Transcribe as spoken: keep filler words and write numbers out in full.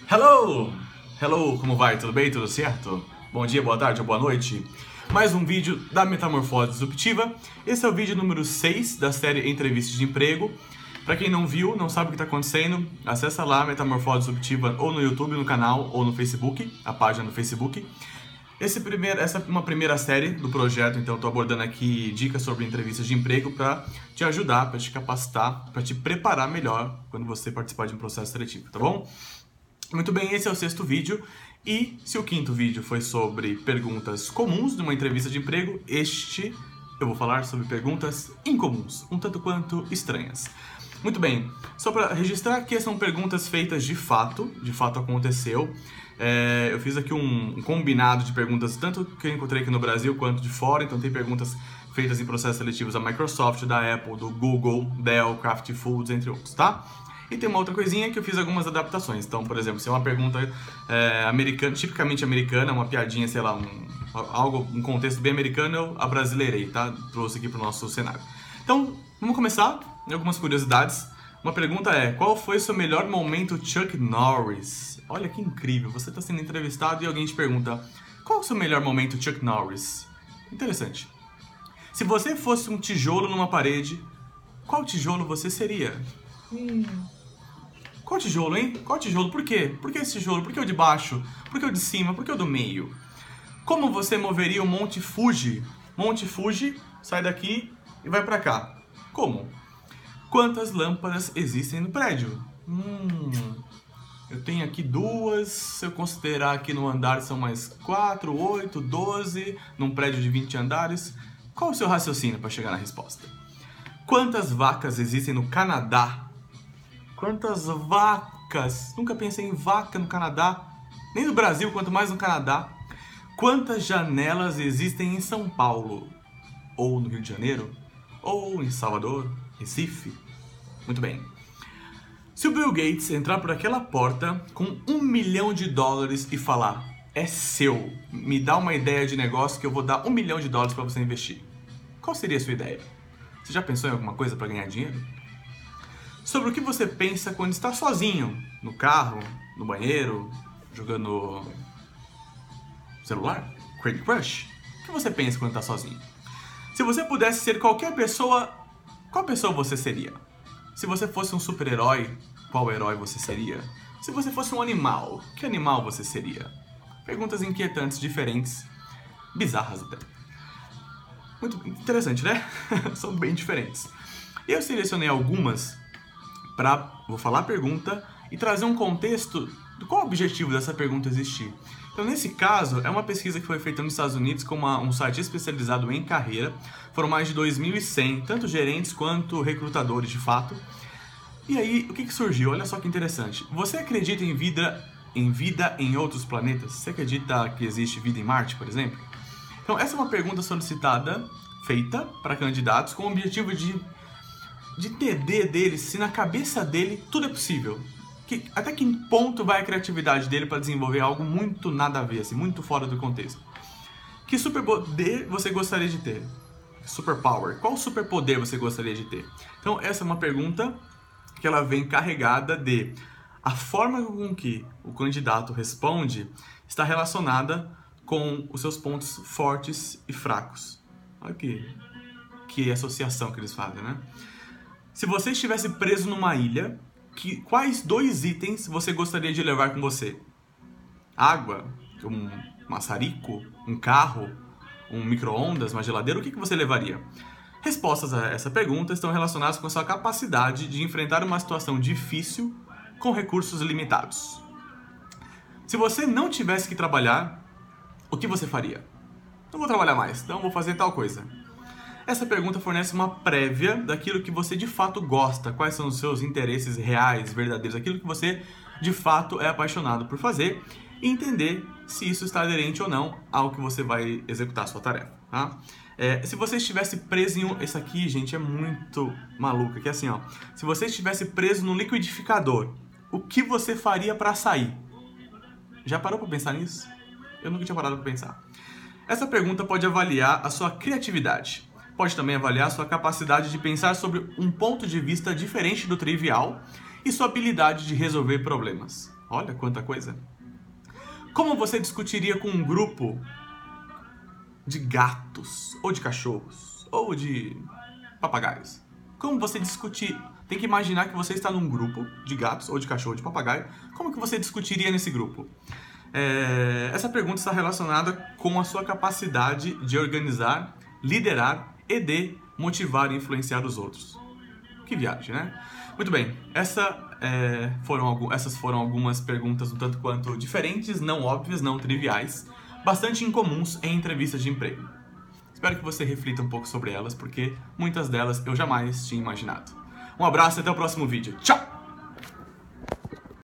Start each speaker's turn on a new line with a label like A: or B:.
A: Hello! Hello, como vai? Tudo bem? Tudo certo? Bom dia, boa tarde ou boa noite. Mais um vídeo da Metamorfose Disruptiva. Esse é o vídeo número seis da série Entrevistas de Emprego. Para quem não viu, não sabe o que está acontecendo, acessa lá Metamorfose Disruptiva ou no YouTube, no canal, ou no Facebook, a página do Facebook. Esse primeiro, essa é uma primeira série do projeto, então estou abordando aqui dicas sobre entrevistas de emprego para te ajudar, para te capacitar, para te preparar melhor quando você participar de um processo seletivo, tá bom? Muito bem, esse é o sexto vídeo, e se o quinto vídeo foi sobre perguntas comuns de uma entrevista de emprego, este eu vou falar sobre perguntas incomuns, um tanto quanto estranhas. Muito bem, só para registrar que são perguntas feitas de fato, de fato aconteceu. É, eu fiz aqui um, um combinado de perguntas, tanto que eu encontrei aqui no Brasil quanto de fora, então tem perguntas feitas em processos seletivos da Microsoft, da Apple, do Google, Dell, Kraft Foods, entre outros, tá? E tem uma outra coisinha que eu fiz algumas adaptações. Então, por exemplo, se é uma pergunta é, americana, tipicamente americana, uma piadinha, sei lá, um, algo, um contexto bem americano, eu abrasileirei, tá? Trouxe aqui para o nosso cenário. Então, vamos começar. Algumas curiosidades. Uma pergunta é, qual foi o seu melhor momento Chuck Norris? Olha que incrível, você está sendo entrevistado e alguém te pergunta, qual é o seu melhor momento Chuck Norris? Interessante. Se você fosse um tijolo numa parede, qual tijolo você seria? Hum... Qual tijolo, hein? Qual tijolo? Por quê? Por que esse tijolo? Por que o de baixo? Por que o de cima? Por que o do meio? Como você moveria o Monte Fuji? Monte Fuji sai daqui e vai pra cá. Como? Quantas lâmpadas existem no prédio? Hum, eu tenho aqui duas, se eu considerar aqui no andar são mais quatro, oito, doze, num prédio de vinte andares. Qual o seu raciocínio para chegar na resposta? Quantas vacas existem no Canadá? Quantas vacas? Nunca pensei em vaca no Canadá. Nem no Brasil, quanto mais no Canadá. Quantas janelas existem em São Paulo? Ou no Rio de Janeiro? Ou em Salvador? Recife? Muito bem. Se o Bill Gates entrar por aquela porta com um milhão de dólares e falar, é seu, me dá uma ideia de negócio que eu vou dar um milhão de dólares para você investir. Qual seria a sua ideia? Você já pensou em alguma coisa para ganhar dinheiro? Sobre o que você pensa quando está sozinho, no carro, no banheiro, jogando celular, Candy Crush? O que você pensa quando está sozinho? Se você pudesse ser qualquer pessoa, qual pessoa você seria? Se você fosse um super-herói, qual herói você seria? Se você fosse um animal, que animal você seria? Perguntas inquietantes, diferentes, bizarras até. Muito interessante, né? São bem diferentes. Eu selecionei algumas para, vou falar a pergunta e trazer um contexto do qual o objetivo dessa pergunta existir. Então, nesse caso, é uma pesquisa que foi feita nos Estados Unidos com uma, um site especializado em carreira. Foram mais de dois mil e cem, tanto gerentes quanto recrutadores, de fato. E aí, o que, que surgiu? Olha só que interessante. Você acredita em vida, em vida em outros planetas? Você acredita que existe vida em Marte, por exemplo? Então, essa é uma pergunta solicitada, feita para candidatos com o objetivo de, de entender deles se na cabeça dele tudo é possível. Que, até que ponto vai a criatividade dele para desenvolver algo muito nada a ver, assim, muito fora do contexto. Que superpoder você gostaria de ter? Superpower. Qual superpoder você gostaria de ter? Então, essa é uma pergunta que ela vem carregada de a forma com que o candidato responde está relacionada com os seus pontos fortes e fracos. Olha que, que associação que eles fazem, né? Se você estivesse preso numa ilha, que, quais dois itens você gostaria de levar com você? Água, um maçarico, um carro, um micro-ondas, uma geladeira? O que, que você levaria? Respostas a essa pergunta estão relacionadas com a sua capacidade de enfrentar uma situação difícil com recursos limitados. Se você não tivesse que trabalhar, o que você faria? Não vou trabalhar mais, então vou fazer tal coisa. Essa pergunta fornece uma prévia daquilo que você de fato gosta, quais são os seus interesses reais, verdadeiros, aquilo que você de fato é apaixonado por fazer e entender se isso está aderente ou não ao que você vai executar a sua tarefa, tá? É, se você estivesse preso em um... Esse aqui, gente, é muito maluco, que é assim, ó. Se você estivesse preso no liquidificador, o que você faria para sair? Já parou para pensar nisso? Eu nunca tinha parado para pensar. Essa pergunta pode avaliar a sua criatividade. Pode também avaliar a sua capacidade de pensar sobre um ponto de vista diferente do trivial e sua habilidade de resolver problemas. Olha quanta coisa! Como você discutiria com um grupo de gatos, ou de cachorros, ou de papagaios? Como você discutir? Tem que imaginar que você está num grupo de gatos, ou de cachorro, ou de papagaio. Como que você discutiria nesse grupo? É... Essa pergunta está relacionada com a sua capacidade de organizar, liderar e de motivar e influenciar os outros. Que viagem, né? Muito bem, essa, é, foram, essas foram algumas perguntas um tanto quanto diferentes, não óbvias, não triviais, bastante incomuns em entrevistas de emprego. Espero que você reflita um pouco sobre elas, porque muitas delas eu jamais tinha imaginado. Um abraço e até o próximo vídeo. Tchau!